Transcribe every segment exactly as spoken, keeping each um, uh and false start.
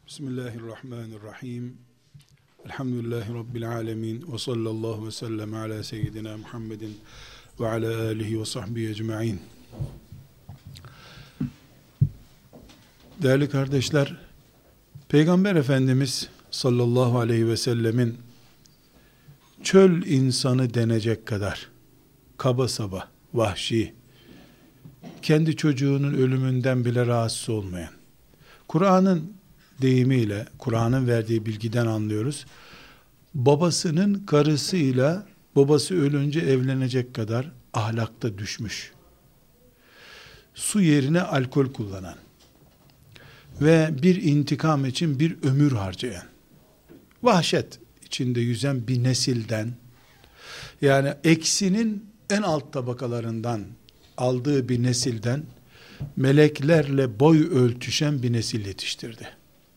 Bismillahirrahmanirrahim. Elhamdülillahi Rabbil alemin. Ve sallallahu ve sellem ala seyyidina Muhammedin ve ala alihi ve sahbihi ecma'in. Değerli kardeşler, Peygamber Efendimiz sallallahu aleyhi ve sellemin çöl insanı denecek kadar kaba saba, vahşi, kendi çocuğunun ölümünden bile rahatsız olmayan, Kur'an'ın deyimiyle, Kur'an'ın verdiği bilgiden anlıyoruz, babasının karısıyla babası ölünce evlenecek kadar ahlakta düşmüş, su yerine alkol kullanan ve bir intikam için bir ömür harcayan, vahşet içinde yüzen bir nesilden, yani eksinin en alt tabakalarından aldığı bir nesilden meleklerle boy ölçüşen bir nesil yetiştirdi.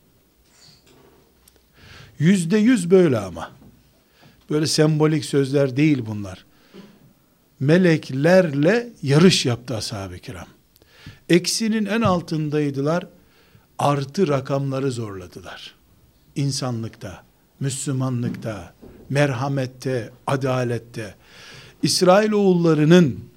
Yüzde yüz böyle ama. Böyle sembolik sözler değil bunlar. Meleklerle yarış yaptı ashab-ı kiram. Eksinin en altındaydılar. Artı rakamları zorladılar. İnsanlıkta, Müslümanlıkta, merhamette, adalette. İsrailoğullarının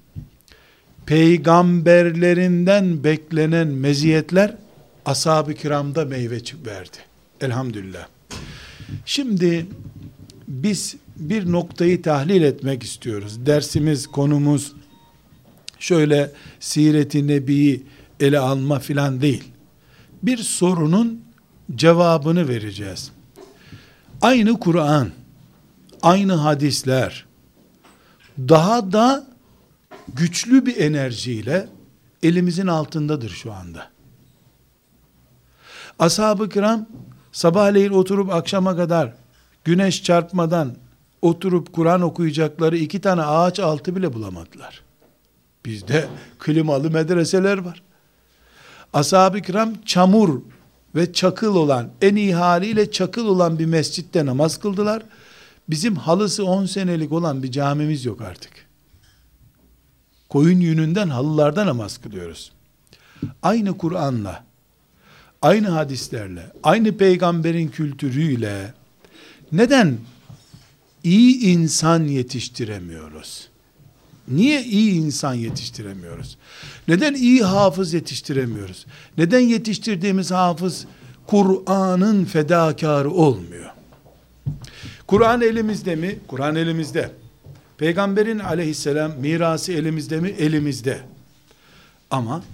peygamberlerinden beklenen meziyetler ashab-ı kiramda meyve verdi. Elhamdülillah. Şimdi biz bir noktayı tahlil etmek istiyoruz. Dersimiz, konumuz şöyle Siret-i Nebi'yi ele alma filan değil. Bir sorunun cevabını vereceğiz. Aynı Kur'an, aynı hadisler daha da güçlü bir enerjiyle elimizin altındadır şu anda. Ashab-ı kiram sabahleyin oturup akşama kadar güneş çarpmadan oturup Kur'an okuyacakları iki tane ağaç altı bile bulamadılar. Bizde klimalı medreseler var. Ashab-ı kiram çamur ve çakıl olan, en iyi haliyle çakıl olan bir mescitte namaz kıldılar. Bizim halısı on senelik olan bir camimiz yok artık. Koyun yününden halılarda namaz kılıyoruz. Aynı Kur'an'la, aynı hadislerle, aynı peygamberin kültürüyle neden iyi insan yetiştiremiyoruz? Niye iyi insan yetiştiremiyoruz? Neden iyi hafız yetiştiremiyoruz? Neden yetiştirdiğimiz hafız Kur'an'ın fedakarı olmuyor? Kur'an elimizde mi? Kur'an elimizde. Peygamberin aleyhisselam mirası elimizde mi? Elimizde. Ama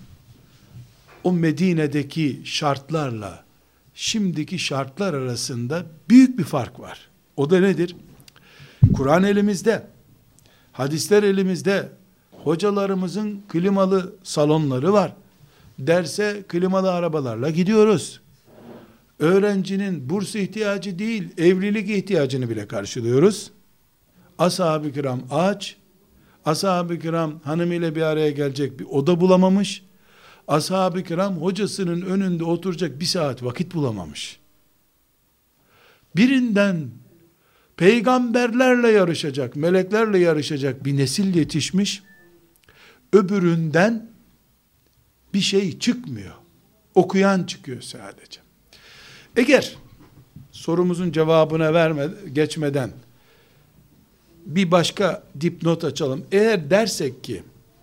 o Medine'deki şartlarla şimdiki şartlar arasında büyük bir fark var. O da nedir? Kur'an elimizde, hadisler elimizde, hocalarımızın klimalı salonları var. Derse klimalı arabalarla gidiyoruz. Öğrencinin burs ihtiyacı değil, evlilik ihtiyacını bile karşılıyoruz. Ashab-ı kiram aç, ashab-ı kiram hanımıyla bir araya gelecek bir oda bulamamış, ashab-ı kiram hocasının önünde oturacak bir saat vakit bulamamış. Birinden peygamberlerle yarışacak, meleklerle yarışacak bir nesil yetişmiş, öbüründen bir şey çıkmıyor. Okuyan çıkıyor sadece. Eğer sorumuzun cevabına verme, geçmeden bir başka dipnot açalım. Eğer dersek ki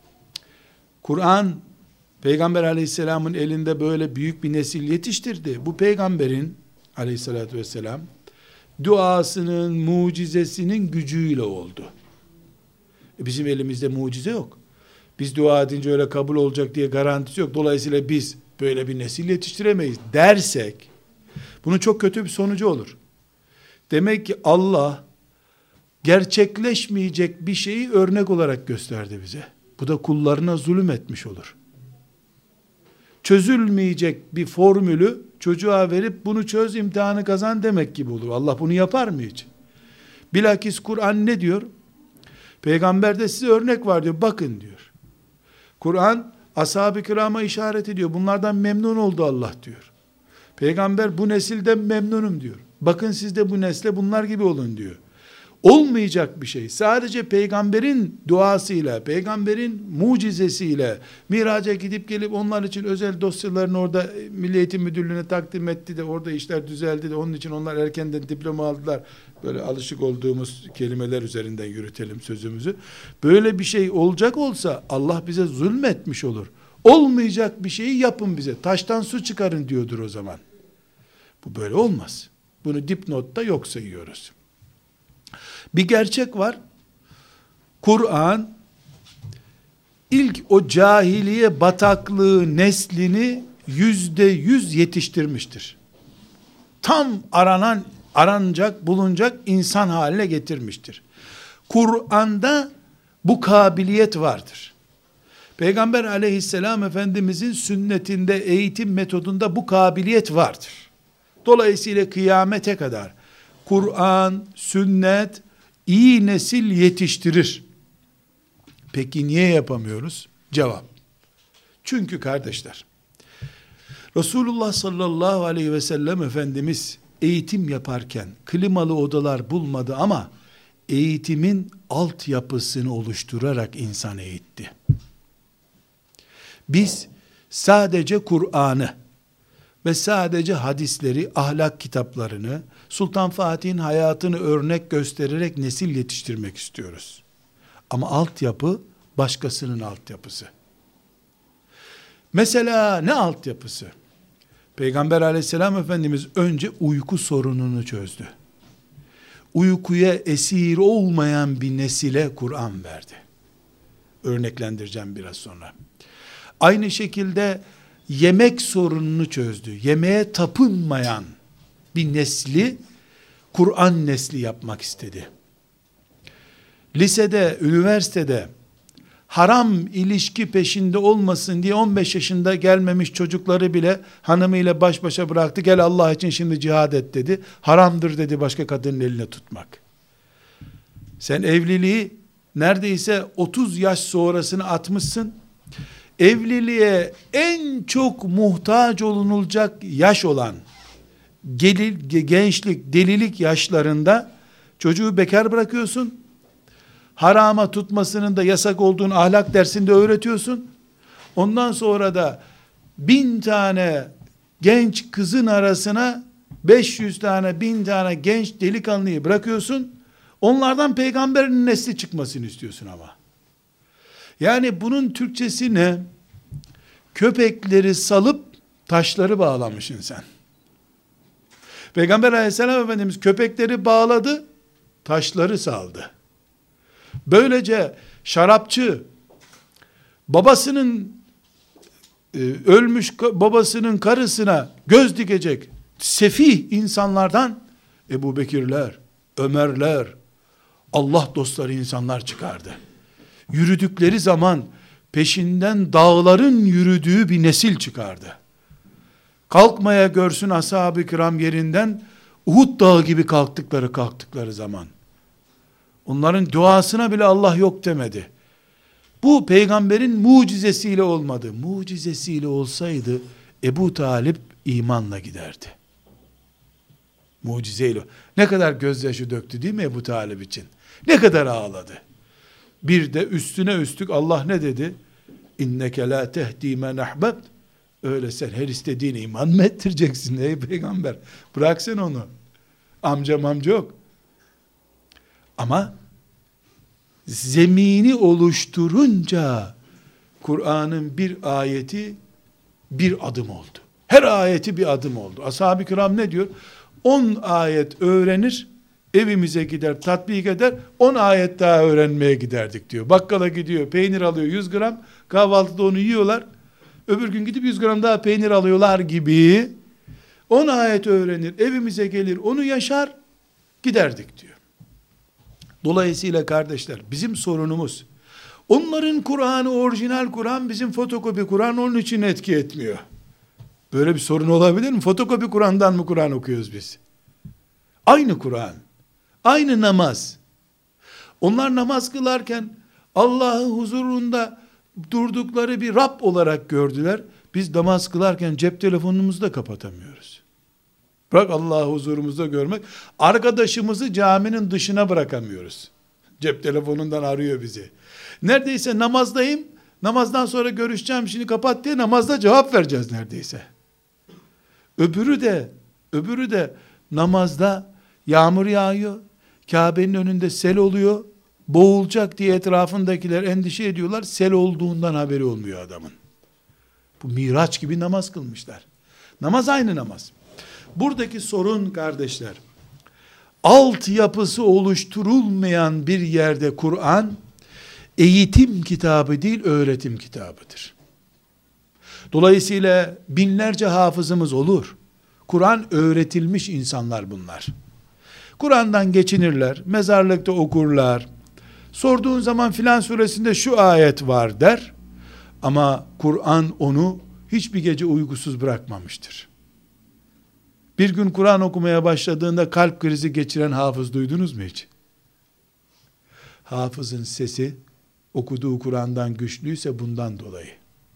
Kur'an Peygamber aleyhisselamın elinde böyle büyük bir nesil yetiştirdi. Bu peygamberin aleyhissalatü vesselam duasının, mucizesinin gücüyle oldu. E bizim elimizde mucize yok. Biz dua edince öyle kabul olacak diye garantisi yok. Dolayısıyla biz böyle bir nesil yetiştiremeyiz dersek bunun çok kötü bir sonucu olur. Demek ki Allah gerçekleşmeyecek bir şeyi örnek olarak gösterdi bize. Bu da kullarına zulüm etmiş olur. Çözülmeyecek bir formülü çocuğa verip bunu çöz, imtihanı kazan demek gibi olur. Allah bunu yapar mı hiç? Bilakis Kur'an ne diyor? Peygamberde size örnek var diyor. Bakın diyor. Kur'an ashab-ı kirama işaret ediyor. Bunlardan memnun oldu Allah diyor. Peygamber bu nesilden memnunum diyor. Bakın siz de bu nesle bunlar gibi olun diyor. olmayacak bir şey. Sadece peygamberin duasıyla, peygamberin mucizesiyle miraca gidip gelip onlar için özel dosyalarını orada Milli Eğitim Müdürlüğü'ne takdim etti de orada işler düzeldi de onun için onlar erkenden diploma aldılar. Böyle alışık olduğumuz kelimeler üzerinden yürütelim sözümüzü. Böyle bir şey olacak olsa Allah bize zulmetmiş olur. Olmayacak bir şeyi yapın bize. Taştan su çıkarın diyordur o zaman. Bu böyle olmaz. Bunu dipnotta yok sayıyoruz. Bir gerçek var. Kur'an ilk o cahiliye bataklığı neslini yüzde yüz yetiştirmiştir. Tam aranan, aranacak, bulunacak insan haline getirmiştir. Kur'an'da bu kabiliyet vardır. Peygamber aleyhisselam Efendimizin sünnetinde, eğitim metodunda bu kabiliyet vardır. Dolayısıyla kıyamete kadar Kur'an, sünnet iyi nesil yetiştirir. Peki niye yapamıyoruz? Cevap. Çünkü kardeşler, Resulullah sallallahu aleyhi ve sellem Efendimiz eğitim yaparken klimalı odalar bulmadı ama eğitimin altyapısını oluşturarak insan eğitti. Biz sadece Kur'an'ı ve sadece hadisleri, ahlak kitaplarını, Sultan Fatih'in hayatını örnek göstererek nesil yetiştirmek istiyoruz. Ama altyapı başkasının altyapısı. Mesela ne altyapısı? Peygamber aleyhisselam Efendimiz önce uyku sorununu çözdü. Uykuya esir olmayan bir nesile Kur'an verdi. Örneklendireceğim biraz sonra. Aynı şekilde yemek sorununu çözdü. Yemeğe tapınmayan bir nesli Kur'an nesli yapmak istedi. Lisede, üniversitede haram ilişki peşinde olmasın diye on beş yaşında gelmemiş çocukları bile hanımıyla baş başa bıraktı. Gel Allah için şimdi cihad et dedi. Haramdır dedi başka kadının eline tutmak. Sen evliliği neredeyse otuz yaş sonrasını atmışsın. Evliliğe en çok muhtaç olunulacak yaş olan gençlik, delilik yaşlarında çocuğu bekar bırakıyorsun. Harama tutmasının da yasak olduğunu ahlak dersinde öğretiyorsun. Ondan sonra da bin tane genç kızın arasına beş yüz tane, bin tane genç delikanlıyı bırakıyorsun. Onlardan peygamberin nesli çıkmasını istiyorsun ama. Yani bunun Türkçesi ne? Köpekleri salıp taşları bağlamışsın sen. Peygamber aleyhisselam Efendimiz köpekleri bağladı, taşları saldı. Böylece şarapçı babasının e, ölmüş babasının karısına göz dikecek sefih insanlardan Ebu Bekirler, Ömerler, Allah dostları insanlar çıkardı. Yürüdükleri zaman peşinden dağların yürüdüğü bir nesil çıkardı. Kalkmaya görsün ashab-ı kiram yerinden, Uhud dağı gibi kalktıkları kalktıkları zaman. Onların duasına bile Allah yok demedi. Bu peygamberin mucizesiyle olmadı. Mucizesiyle olsaydı Ebu Talip imanla giderdi. Mucizeyle. Ne kadar gözyaşı döktü değil mi Ebu Talip için? Ne kadar ağladı. Bir de üstüne üstlük Allah ne dedi? İnneke la tehdi men ahbebt. Öyle sen her istediğine iman mı ettireceksin ey peygamber? Bırak sen onu. Amcam amca yok. Ama zemini oluşturunca Kur'an'ın bir ayeti bir adım oldu. Her ayeti bir adım oldu. Ashab-ı kiram ne diyor? on ayet öğrenir, evimize gider, tatbik eder, on ayet daha öğrenmeye giderdik diyor. Bakkala gidiyor, peynir alıyor yüz gram, kahvaltıda onu yiyorlar, öbür gün gidip yüz gram daha peynir alıyorlar gibi, on ayet öğrenir, evimize gelir, onu yaşar, giderdik diyor. Dolayısıyla kardeşler, bizim sorunumuz, onların Kur'an'ı orijinal Kur'an, bizim fotokopi Kur'an onun için etki etmiyor. Böyle bir sorun olabilir mi? Fotokopi Kur'an'dan mı Kur'an okuyoruz biz? Aynı Kur'an, aynı namaz. Onlar namaz kılarken Allah'ın huzurunda durdukları bir Rab olarak gördüler. Biz namaz kılarken cep telefonumuzu da kapatamıyoruz. Bırak Allah'ı huzurumuzda görmek. Arkadaşımızı caminin dışına bırakamıyoruz. Cep telefonundan arıyor bizi. Neredeyse namazdayım, namazdan sonra görüşeceğim, şimdi kapat diye namazda cevap vereceğiz neredeyse. Öbürü de, öbürü de namazda yağmur yağıyor, Kabe'nin önünde sel oluyor, boğulacak diye etrafındakiler endişe ediyorlar, sel olduğundan haberi olmuyor adamın. Bu Miraç gibi namaz kılmışlar. Namaz aynı namaz. Buradaki sorun kardeşler, altyapısı oluşturulmayan bir yerde Kur'an, eğitim kitabı değil, öğretim kitabıdır. Dolayısıyla binlerce hafızımız olur. Kur'an öğretilmiş insanlar bunlar. Kur'an'dan geçinirler, mezarlıkta okurlar. Sorduğun zaman filan suresinde şu ayet var der. Ama Kur'an onu hiçbir gece uykusuz bırakmamıştır. Bir gün Kur'an okumaya başladığında kalp krizi geçiren hafız duydunuz mu hiç? Hafızın sesi okuduğu Kur'an'dan güçlüyse bundan dolayı.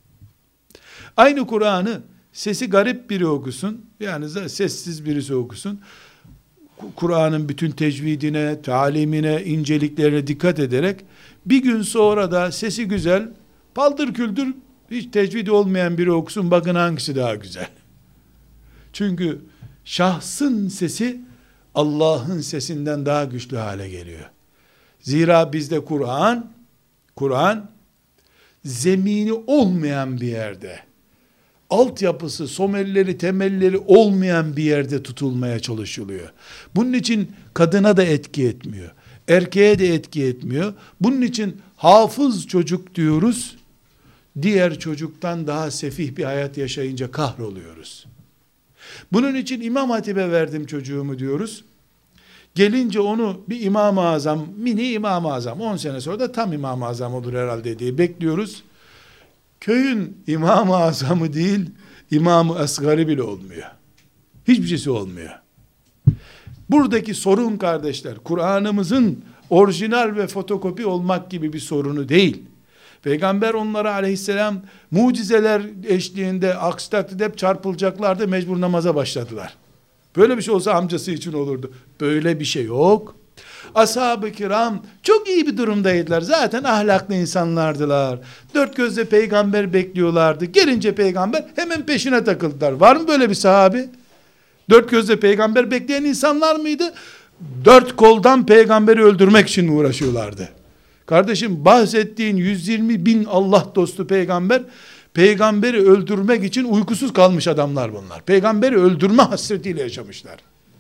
Aynı Kur'an'ı sesi garip biri okusun, yani sessiz birisi okusun, Kur'an'ın bütün tecvidine, talimine, inceliklerine dikkat ederek, bir gün sonra da sesi güzel, paldır küldür, hiç tecvidi olmayan biri okusun, bakın hangisi daha güzel. Çünkü şahsın sesi, Allah'ın sesinden daha güçlü hale geliyor. Zira bizde Kur'an, Kur'an, zemini olmayan bir yerde, altyapısı, somelleri, temelleri olmayan bir yerde tutulmaya çalışılıyor. Bunun için kadına da etki etmiyor. Erkeğe de etki etmiyor. Bunun için hafız çocuk diyoruz. Diğer çocuktan daha sefih bir hayat yaşayınca kahroluyoruz. Bunun için İmam Hatip'e verdim çocuğumu diyoruz. Gelince onu bir İmam-ı Azam, mini İmam-ı Azam, on sene sonra da tam İmam-ı Azam olur herhalde diye bekliyoruz. Köyün İmam-ı Azam'ı değil, İmam-ı Asgar'ı bile olmuyor. Hiçbir şeysi olmuyor. Buradaki sorun kardeşler, Kur'an'ımızın orijinal ve fotokopi olmak gibi bir sorunu değil. Peygamber onlara aleyhisselam mucizeler eşliğinde, aksi takdirde hep çarpılacaklardı, mecbur namaza başladılar. Böyle bir şey olsa amcası için olurdu. Böyle bir şey yok. Ashab-ı kiram çok iyi bir durumdaydılar. Zaten ahlaklı insanlardılar. Dört gözle peygamber bekliyorlardı. Gelince peygamber hemen peşine takıldılar. Var mı böyle bir sahabi? Dört gözle peygamber bekleyen insanlar mıydı? Dört koldan peygamberi öldürmek için mi uğraşıyorlardı? Kardeşim, bahsettiğin yüz yirmi bin Allah dostu peygamber, peygamberi öldürmek için uykusuz kalmış adamlar bunlar. Peygamberi öldürme hasretiyle yaşamışlar.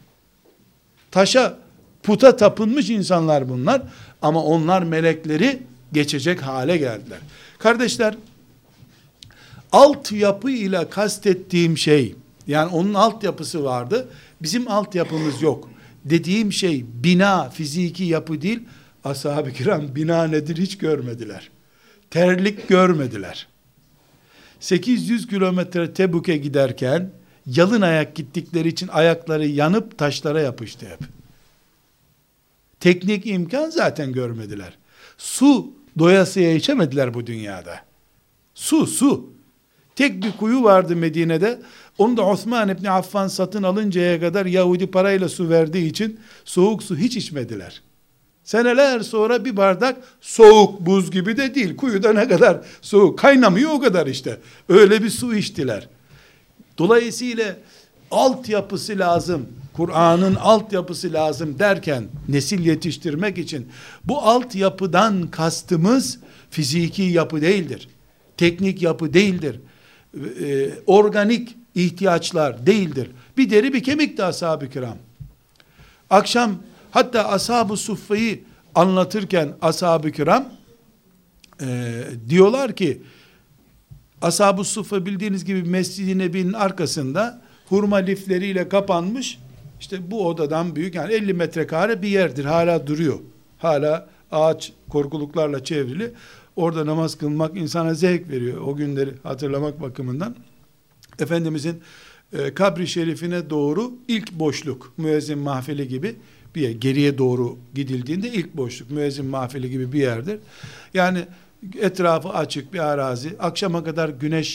Taşa, puta tapınmış insanlar bunlar. Ama onlar melekleri geçecek hale geldiler. Kardeşler, altyapı ile kastettiğim şey, yani onun altyapısı vardı, bizim altyapımız yok. Dediğim şey bina, fiziki yapı değil. Ashab-ı kiram bina nedir hiç görmediler. Terlik görmediler. sekiz yüz kilometre Tebük'e giderken yalın ayak gittikleri için ayakları yanıp taşlara yapıştı hep. Teknik imkan zaten görmediler. Su doyasıya içemediler bu dünyada. Su, su. Tek bir kuyu vardı Medine'de. Onu da Osman İbni Affan satın alıncaya kadar Yahudi parayla su verdiği için soğuk su hiç içmediler. Seneler sonra bir bardak soğuk, buz gibi de değil. Kuyuda ne kadar soğuk kaynamıyor o kadar işte. Öyle bir su içtiler. Dolayısıyla altyapısı lazım. Kur'an'ın altyapısı lazım derken nesil yetiştirmek için bu altyapıdan kastımız fiziki yapı değildir. Teknik yapı değildir. Ee, organik ihtiyaçlar değildir. Bir deri bir kemik de ashab-ı kiram. Akşam hatta ashab-ı suffayı anlatırken ashab-ı kiram e, diyorlar ki ashab-ı suffa bildiğiniz gibi Mescid-i Nebi'nin arkasında hurma lifleriyle kapanmış, işte bu odadan büyük, yani elli metrekare bir yerdir, hala duruyor. Hala ağaç korkuluklarla çevrili. Orada namaz kılmak insana zevk veriyor, o günleri hatırlamak bakımından. Efendimizin e, kabri şerifine doğru ilk boşluk, müezzin mahfili gibi bir yer, geriye doğru gidildiğinde ilk boşluk, müezzin mahfili gibi bir yerdir. Yani etrafı açık bir arazi, akşama kadar güneş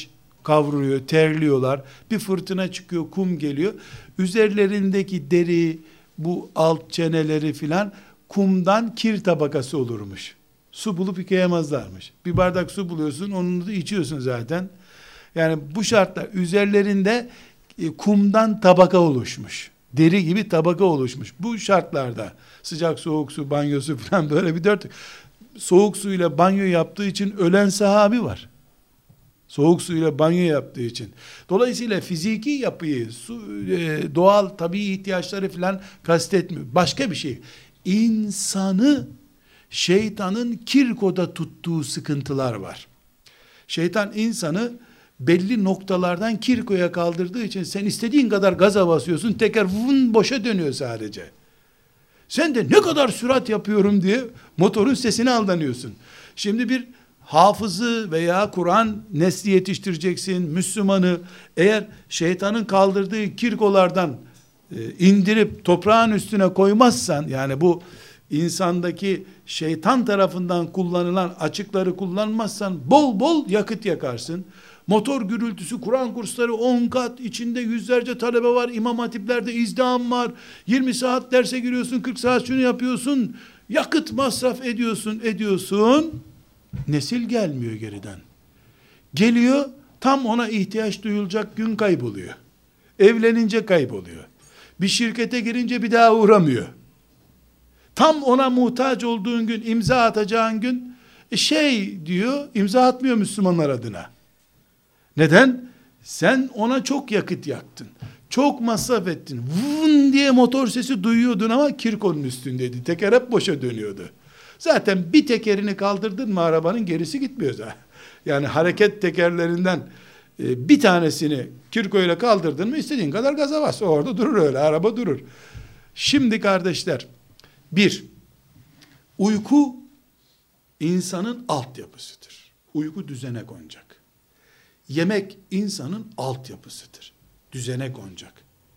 kavruyor, terliyorlar. Bir fırtına çıkıyor, kum geliyor. Üzerlerindeki deri, bu alt çeneleri filan kumdan kir tabakası olurmuş. Su bulup yıkayamazlarmış. Bir bardak su buluyorsun, onu da içiyorsun zaten. Yani bu şartlar üzerlerinde e, kumdan tabaka oluşmuş. Deri gibi tabaka oluşmuş. Bu şartlarda sıcak soğuk su banyosu falan böyle bir dört soğuk suyla banyo yaptığı için ölen sahabi var. Soğuk suyla banyo yaptığı için. Dolayısıyla fiziki yapıyı, su, e, doğal tabii ihtiyaçları falan kastetmiyor. Başka bir şey. İnsanı şeytanın kirkoda tuttuğu sıkıntılar var. Şeytan insanı belli noktalardan kirkoya kaldırdığı için sen istediğin kadar gaza basıyorsun, teker vun boşa dönüyor sadece. Sen de ne kadar sürat yapıyorum diye motorun sesine aldanıyorsun. Şimdi bir hafızı veya Kur'an nesli yetiştireceksin, Müslümanı eğer şeytanın kaldırdığı kirkolardan e, indirip toprağın üstüne koymazsan, yani bu insandaki şeytan tarafından kullanılan açıkları kullanmazsan bol bol yakıt yakarsın. Motor gürültüsü, Kur'an kursları on kat, içinde yüzlerce talebe var, İmam Hatiplerde izdiham var, yirmi saat derse giriyorsun, kırk saat şunu yapıyorsun, yakıt masraf ediyorsun, ediyorsun, nesil gelmiyor geriden. Geliyor, tam ona ihtiyaç duyulacak gün kayboluyor. Evlenince kayboluyor. Bir şirkete girince bir daha uğramıyor. Tam ona muhtaç olduğun gün, imza atacağın gün, e şey diyor, imza atmıyor Müslümanlar adına. Neden? Sen ona çok yakıt yaktın. Çok masraf ettin. Vun diye motor sesi duyuyordun ama kirkonun üstündeydi. Teker hep boşa dönüyordu. Zaten bir tekerini kaldırdın mı arabanın gerisi gitmiyor zaten. Yani hareket tekerlerinden e, bir tanesini kirkoyla kaldırdın mı istediğin kadar gaza bas. Orada durur öyle, araba durur. Şimdi kardeşler, bir, uyku insanın altyapısıdır. Uyku düzene konacak. Yemek insanın altyapısıdır. Düzene konacak.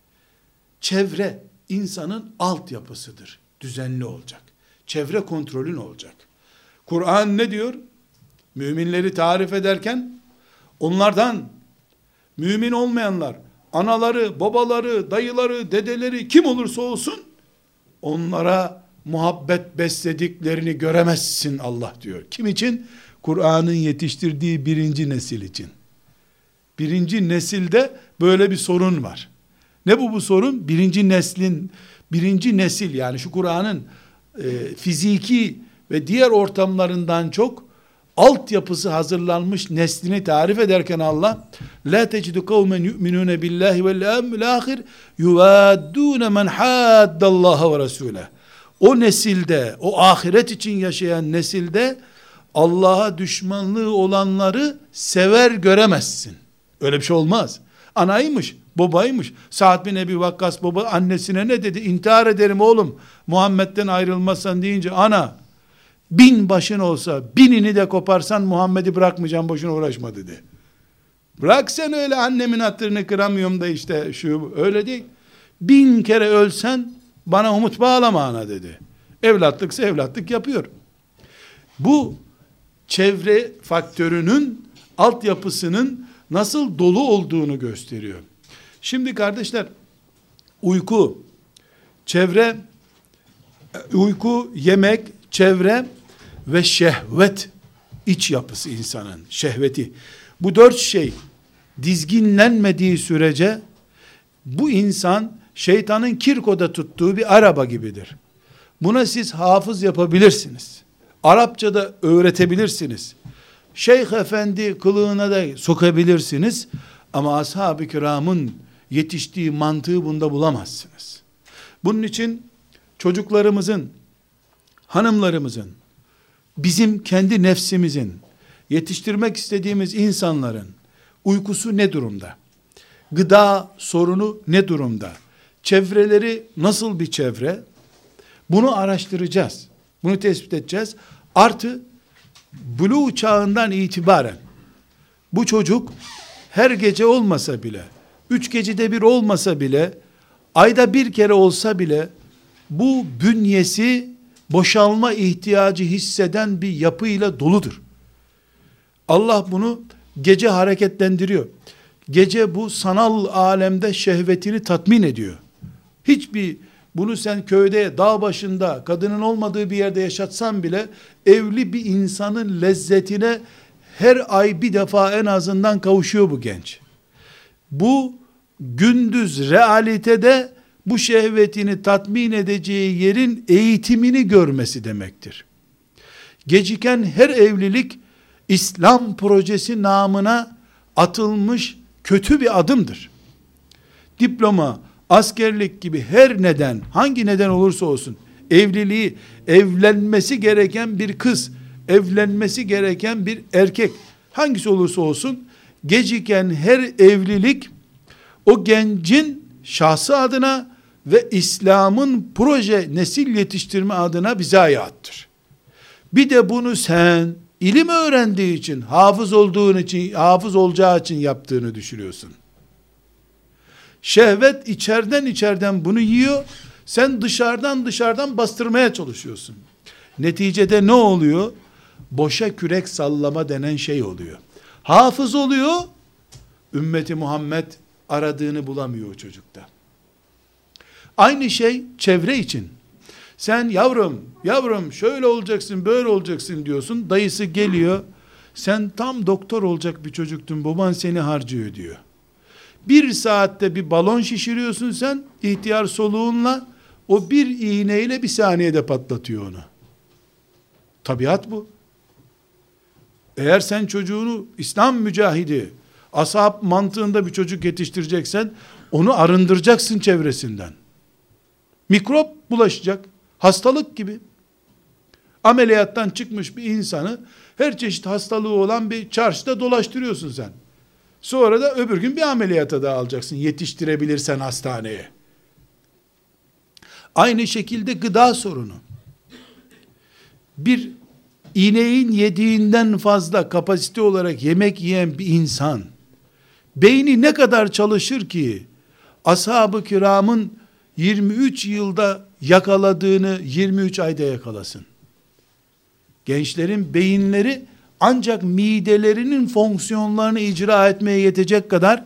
Çevre insanın altyapısıdır. Düzenli olacak. Çevre kontrolün olacak. Kur'an ne diyor? Müminleri tarif ederken onlardan mümin olmayanlar, anaları, babaları, dayıları, dedeleri kim olursa olsun onlara muhabbet beslediklerini göremezsin Allah diyor. Kim için? Kur'an'ın yetiştirdiği birinci nesil için. Birinci nesilde böyle bir sorun var. Ne bu bu sorun? Birinci neslin, birinci nesil yani şu Kur'an'ın e, fiziki ve diğer ortamlarından çok altyapısı hazırlanmış neslini tarif ederken Allah la tecidu kavmen yu'minune billahi vel yevmil ahir yuvaddune men haddallaha ve resule. O nesilde, o ahiret için yaşayan nesilde Allah'a düşmanlığı olanları sever göremezsin. Öyle bir şey olmaz. Anaymış, babaymış. Sa'd bin Ebi Vakkas baba annesine ne dedi? İntihar ederim oğlum Muhammed'den ayrılmazsan deyince, ana bin başın olsa binini de koparsan Muhammed'i bırakmayacağım, boşuna uğraşma dedi. Bırak sen öyle annemin hatırını kıramıyorum da işte şu öyle değil. Bin kere ölsen bana umut bağlama ana dedi. Evlatlıksa evlatlık yapıyor. Bu çevre faktörünün altyapısının nasıl dolu olduğunu gösteriyor. Şimdi kardeşler, uyku, çevre, uyku, yemek, çevre ve şehvet, iç yapısı insanın, şehveti. Bu dört şey dizginlenmediği sürece bu insan şeytanın kirkoda tuttuğu bir araba gibidir. Buna siz hafız yapabilirsiniz. Arapçada öğretebilirsiniz. Şeyh efendi kılığına da sokabilirsiniz. Ama ashab-ı kiramın yetiştiği mantığı bunda bulamazsınız. Bunun için çocuklarımızın, hanımlarımızın, bizim kendi nefsimizin, yetiştirmek istediğimiz insanların uykusu ne durumda? Gıda sorunu ne durumda? Çevreleri nasıl bir çevre? Bunu araştıracağız. Bunu tespit edeceğiz. Artı buluğ çağından itibaren bu çocuk her gece olmasa bile, üç gecede bir olmasa bile, ayda bir kere olsa bile bu bünyesi boşalma ihtiyacı hisseden bir yapıyla doludur. Allah bunu Gece hareketlendiriyor. Gece bu sanal alemde şehvetini tatmin ediyor. Hiçbir, bunu sen köyde, dağ başında, kadının olmadığı bir yerde yaşatsan bile, evli bir insanın lezzetine her ay bir defa en azından kavuşuyor bu genç. Bu gündüz realitede bu şehvetini tatmin edeceği yerin eğitimini görmesi demektir. Geciken her evlilik İslam projesi namına atılmış kötü bir adımdır. Diploma, askerlik gibi her neden, hangi neden olursa olsun, evliliği, evlenmesi gereken bir kız, evlenmesi gereken bir erkek, hangisi olursa olsun, geciken her evlilik, o gencin şahsı adına ve İslam'ın proje nesil yetiştirme adına bir zayiattır. Bir de bunu sen, ilim öğrendiği için, hafız olduğun için, hafız olacağı için yaptığını düşünüyorsun. Şehvet içeriden içeriden bunu yiyor, sen dışarıdan dışarıdan bastırmaya çalışıyorsun. Neticede ne oluyor? Boşa kürek sallama denen şey oluyor. Hafız oluyor, ümmeti Muhammed aradığını bulamıyor o çocukta. Aynı şey çevre için. Sen yavrum, yavrum şöyle olacaksın, böyle olacaksın diyorsun. Dayısı geliyor, sen tam doktor olacak bir çocuktun, baban seni harcıyor diyor. Bir saatte bir balon şişiriyorsun sen, ihtiyar soluğunla, o bir iğneyle bir saniyede patlatıyor onu. Tabiat bu. Eğer sen çocuğunu İslam mücahidi, ashab mantığında bir çocuk yetiştireceksen, onu arındıracaksın çevresinden. Mikrop bulaşacak, hastalık gibi. Ameliyattan çıkmış bir insanı, her çeşit hastalığı olan bir çarşıda dolaştırıyorsun sen. Sonra da öbür gün bir ameliyata da alacaksın, yetiştirebilirsen hastaneye. Aynı şekilde gıda sorunu. Bir ineğin yediğinden fazla kapasite olarak yemek yiyen bir insan, beyni ne kadar çalışır ki, ashab-ı kiramın yirmi üç yılda yakaladığını yirmi üç ayda yakalasın. Gençlerin beyinleri ancak midelerinin fonksiyonlarını icra etmeye yetecek kadar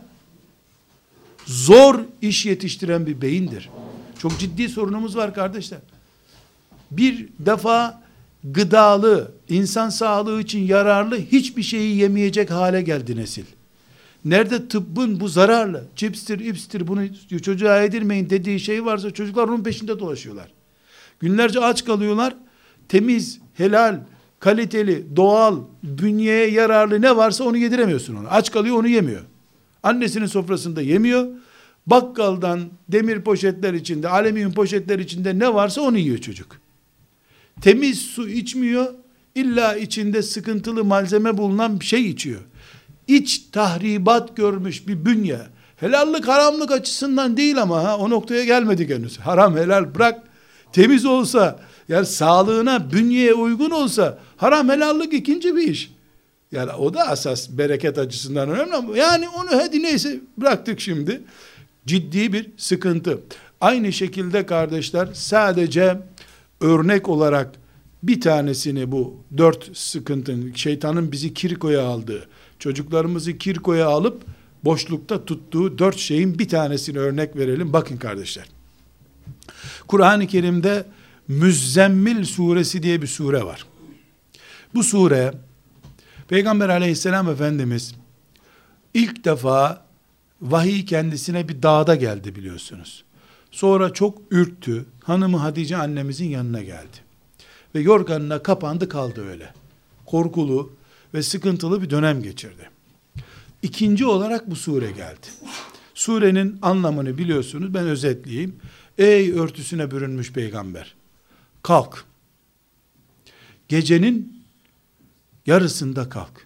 zor iş yetiştiren bir beyindir. Çok ciddi sorunumuz var kardeşler. Bir defa gıdalı, insan sağlığı için yararlı hiçbir şeyi yemeyecek hale geldi nesil. Nerede tıbbın bu zararlı, cipstir, ipstir, bunu çocuğa yedirmeyin dediği şey varsa çocuklar onun peşinde dolaşıyorlar. Günlerce aç kalıyorlar. Temiz, helal, kaliteli, doğal, bünyeye yararlı ne varsa onu yediremiyorsun ona. Aç kalıyor, onu yemiyor. Annesinin sofrasında yemiyor. Bakkaldan demir poşetler içinde, alüminyum poşetler içinde ne varsa onu yiyor çocuk. Temiz su içmiyor. İlla içinde sıkıntılı malzeme bulunan bir şey içiyor. İç tahribat görmüş bir bünye. Helallik haramlık açısından değil ama ha, o noktaya gelmedik henüz. Haram helal bırak. Temiz olsa, yani sağlığına, bünyeye uygun olsa, haram helallik ikinci bir iş. Yani o da asas bereket açısından önemli ama yani onu hadi neyse bıraktık şimdi. Ciddi bir sıkıntı. Aynı şekilde kardeşler, sadece örnek olarak bir tanesini, bu dört sıkıntının, şeytanın bizi kirkoya aldığı, çocuklarımızı kirkoya alıp boşlukta tuttuğu dört şeyin bir tanesini örnek verelim. Bakın kardeşler, Kur'an-ı Kerim'de Müzzemmil suresi diye bir sure var. Bu sure, Peygamber aleyhisselam Efendimiz ilk defa vahiy kendisine bir dağda geldi biliyorsunuz. Sonra çok ürktü. Hanımı Hatice annemizin yanına geldi. Ve yorganına kapandı kaldı öyle. Korkulu ve sıkıntılı bir dönem geçirdi. İkinci olarak bu sure geldi. Surenin anlamını biliyorsunuz, ben özetleyeyim. Ey örtüsüne bürünmüş peygamber, kalk. Gecenin yarısında kalk.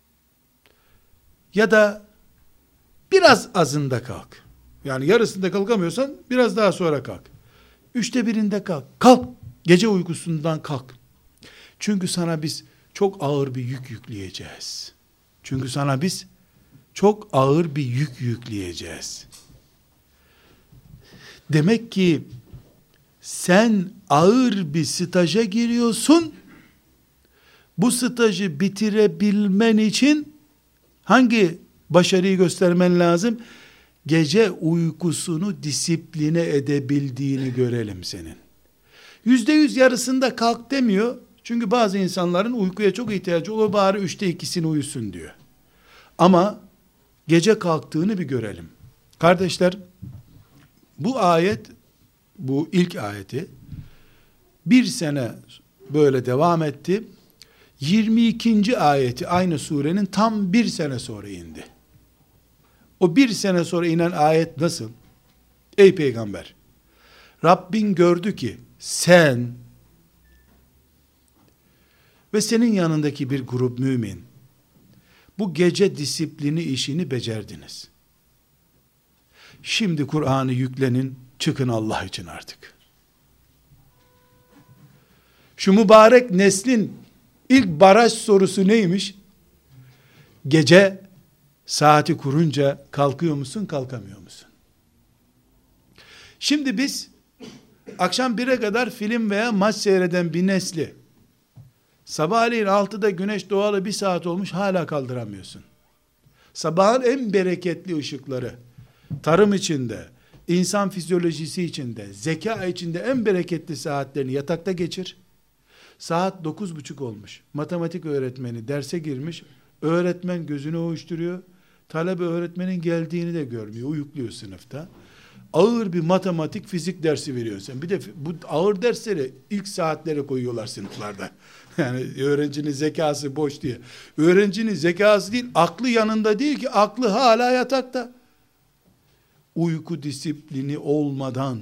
Ya da biraz azında kalk. Yani yarısında kalkamıyorsan biraz daha sonra kalk. Üçte birinde kalk. Kalk. Gece uykusundan kalk. Çünkü sana biz çok ağır bir yük yükleyeceğiz. Çünkü sana biz çok ağır bir yük yükleyeceğiz. Demek ki sen ağır bir staja giriyorsun. Bu stajı bitirebilmen için Hangi başarıyı göstermen lazım? Gece uykusunu disipline edebildiğini görelim senin. Yüzde yüz yarısında kalk demiyor. Çünkü bazı insanların uykuya çok ihtiyacı olur, bari üçte ikisini uyusun diyor. Ama gece kalktığını bir görelim. Kardeşler, bu ayet, bu ilk ayeti bir sene böyle devam etti. yirmi ikinci ayeti aynı surenin tam bir sene sonra indi. O bir sene sonra inen ayet nasıl? Ey peygamber, Rabbin gördü ki sen ve senin yanındaki bir grup mümin bu gece disiplini işini becerdiniz. Şimdi Kur'an'ı yüklenin, çıkın Allah için artık. Şu mübarek neslin ilk baraj sorusu neymiş? Gece saati kurunca kalkıyor musun, kalkamıyor musun? Şimdi biz akşam bire kadar film veya maç seyreden bir nesli sabahleyin altıda güneş doğalı bir saat olmuş, hala kaldıramıyorsun. Sabahın en bereketli ışıkları, tarım içinde, insan fizyolojisi içinde, zeka içinde en bereketli saatlerini yatakta geçir. Saat dokuz buçuk olmuş. Matematik öğretmeni derse girmiş. Öğretmen gözünü ovuşturuyor. Talebe öğretmenin geldiğini de görmüyor. Uyukluyor sınıfta. Ağır bir matematik, fizik dersi veriyorsun sen. Bir de bu ağır dersleri ilk saatlere koyuyorlar sınıflarda. Yani öğrencinin zekası boş diye. Öğrencinin zekası değil, aklı yanında değil ki, aklı hala yatakta. Uyku disiplini olmadan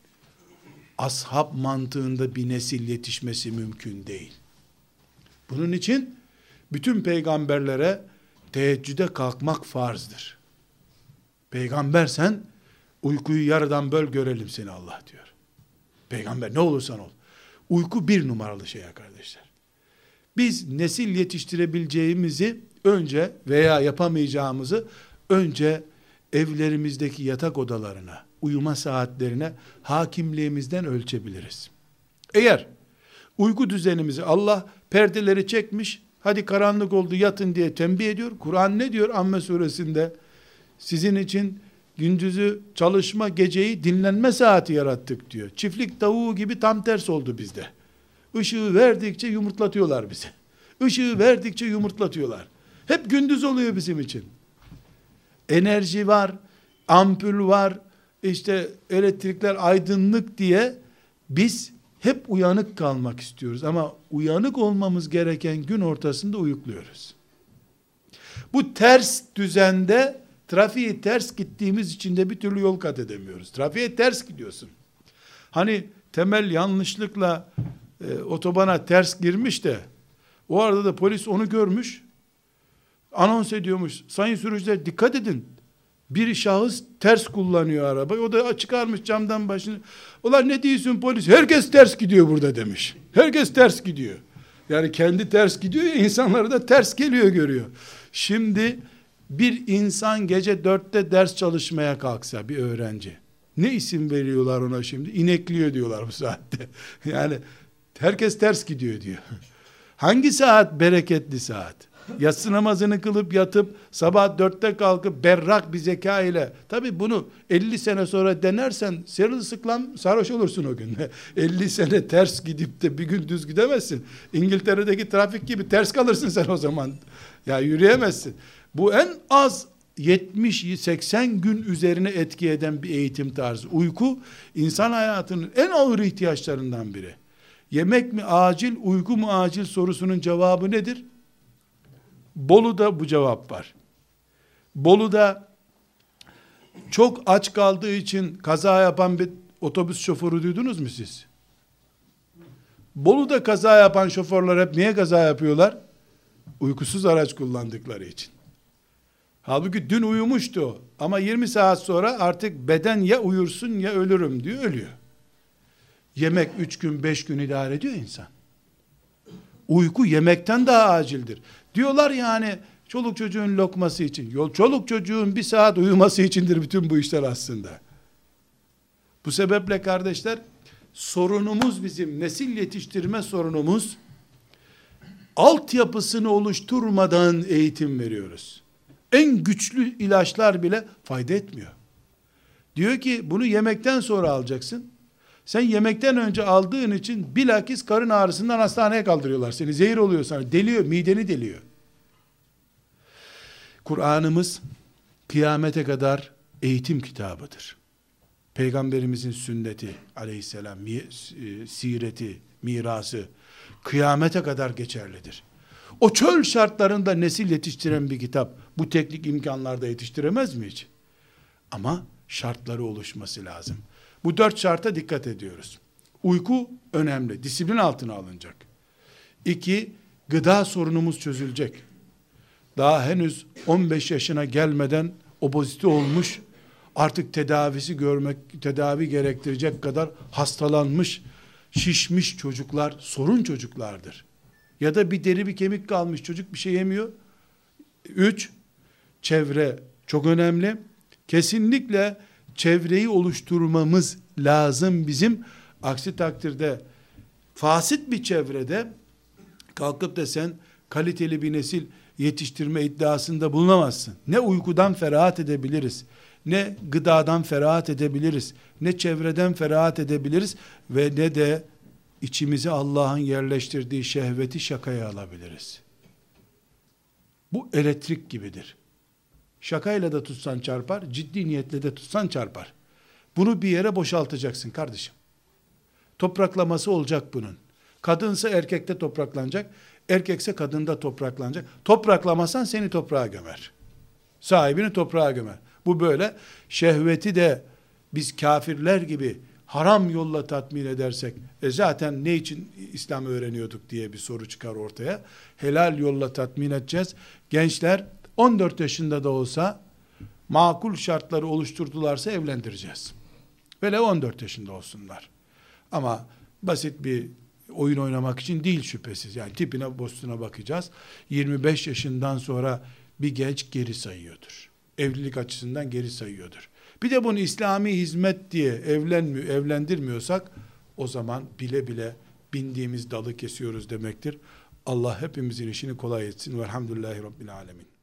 ashab mantığında bir nesil yetişmesi mümkün değil. Bunun için bütün peygamberlere teheccüde kalkmak farzdır. Peygambersen uykuyu yarıdan böl, görelim seni Allah diyor. Peygamber ne olursan ol. Uyku bir numaralı şey ya kardeşler. Biz nesil yetiştirebileceğimizi önce veya yapamayacağımızı önce evlerimizdeki yatak odalarına, uyuma saatlerine hakimliğimizden ölçebiliriz. Eğer uyku düzenimizi Allah perdeleri çekmiş, hadi karanlık oldu yatın diye tembih ediyor. Kur'an ne diyor Amme suresinde? Sizin için gündüzü çalışma, geceyi dinlenme saati yarattık diyor. Çiftlik tavuğu gibi tam ters oldu bizde. Işığı verdikçe yumurtlatıyorlar bizi. Işığı verdikçe yumurtlatıyorlar. Hep gündüz oluyor bizim için. Enerji var, ampul var, işte elektrikler aydınlık diye biz hep uyanık kalmak istiyoruz. Ama uyanık olmamız gereken gün ortasında uyukluyoruz. Bu ters düzende trafiği ters gittiğimiz için de bir türlü yol kat edemiyoruz. Trafiğe ters gidiyorsun. Hani Temel yanlışlıkla e, otobana ters girmiş de o arada da polis onu görmüş, anons ediyormuş. Sayın sürücüler dikkat edin. Bir şahıs ters kullanıyor arabayı. O da çıkarmış camdan başını. Ulan ne diyorsun polis? Herkes ters gidiyor burada demiş. Herkes ters gidiyor. Yani kendi ters gidiyor ya, insanları da ters geliyor görüyor. Şimdi bir insan gece dörtte ders çalışmaya kalksa, bir öğrenci, ne isim veriyorlar ona şimdi? İnekliyor diyorlar bu saatte. Yani herkes ters gidiyor diyor. Hangi saat bereketli saat? Yatsı namazını kılıp yatıp sabah dörtte kalkıp berrak bir zeka ile, tabi bunu elli sene sonra denersen sırılsıklam sarhoş olursun o gün. elli sene ters gidip de bir gün düz gidemezsin. İngiltere'deki trafik gibi ters kalırsın sen o zaman. Ya yürüyemezsin. Bu en az yetmiş seksen gün üzerine etki eden bir eğitim tarzı. Uyku insan hayatının en ağır ihtiyaçlarından biri. Yemek mi acil, uyku mu acil sorusunun cevabı nedir? Bolu'da bu cevap var. Bolu'da çok aç kaldığı için kaza yapan bir otobüs şoförü duydunuz mu siz? Bolu'da kaza yapan şoförler hep niye kaza yapıyorlar? Uykusuz araç kullandıkları için. Halbuki dün uyumuştu o. Ama yirmi saat sonra artık beden ya uyursun ya ölürüm diyor, ölüyor. Yemek üç gün beş gün idare ediyor insan. Uyku yemekten daha acildir. Diyorlar yani çoluk çocuğun lokması için. Yol çoluk çocuğun bir saat uyuması içindir bütün bu işler aslında. Bu sebeple kardeşler, sorunumuz bizim, nesil yetiştirme sorunumuz, altyapısını oluşturmadan eğitim veriyoruz. En güçlü ilaçlar bile fayda etmiyor. Diyor ki bunu yemekten sonra alacaksın. Sen yemekten önce aldığın için bilakis karın ağrısından hastaneye kaldırıyorlar seni. Zehir oluyor sana. Deliyor, mideni deliyor. Kur'an'ımız kıyamete kadar eğitim kitabıdır. Peygamberimizin sünneti aleyhisselam, sireti, mirası kıyamete kadar geçerlidir. O çöl şartlarında nesil yetiştiren bir kitap bu teknik imkanlarda yetiştiremez mi hiç? Ama şartları oluşması lazım. Bu dört şarta dikkat ediyoruz. Uyku önemli, disiplin altına alınacak. İki, gıda sorunumuz çözülecek. Daha henüz on beş yaşına gelmeden obezite olmuş, artık tedavisi görmek, tedavi gerektirecek kadar hastalanmış, şişmiş çocuklar sorun çocuklardır. Ya da bir deri bir kemik kalmış çocuk bir şey yemiyor. Üç, çevre çok önemli. Kesinlikle çevreyi oluşturmamız lazım bizim. Aksi takdirde fasit bir çevrede kalkıp da sen kaliteli bir nesil yetiştirme iddiasında bulunamazsın. Ne uykudan ferahat edebiliriz, ne gıdadan ferahat edebiliriz, ne çevreden ferahat edebiliriz ve ne de içimize Allah'ın yerleştirdiği şehveti şakaya alabiliriz. Bu elektrik gibidir. Şakayla da tutsan çarpar, ciddi niyetle de tutsan çarpar. Bunu bir yere boşaltacaksın kardeşim. Topraklaması olacak bunun. Kadınsa erkekte topraklanacak, erkekse kadında topraklanacak. Topraklamasan seni toprağa gömer. Sahibini toprağa gömer. Bu böyle. Şehveti de biz kafirler gibi haram yolla tatmin edersek, e zaten ne için İslam öğreniyorduk diye bir soru çıkar ortaya. Helal yolla tatmin edeceğiz. Gençler on dört yaşında da olsa makul şartları oluşturdularsa evlendireceğiz. Böyle on dört yaşında olsunlar. Ama basit bir oyun oynamak için değil şüphesiz. Yani tipine, postuna bakacağız. yirmi beş yaşından sonra bir genç geri sayıyordur. Evlilik açısından geri sayıyordur. Bir de bunu İslami hizmet diye evlenmiyor, evlendirmiyorsak o zaman bile bile bindiğimiz dalı kesiyoruz demektir. Allah hepimizin işini kolay etsin. Velhamdülillahi Rabbil Alemin.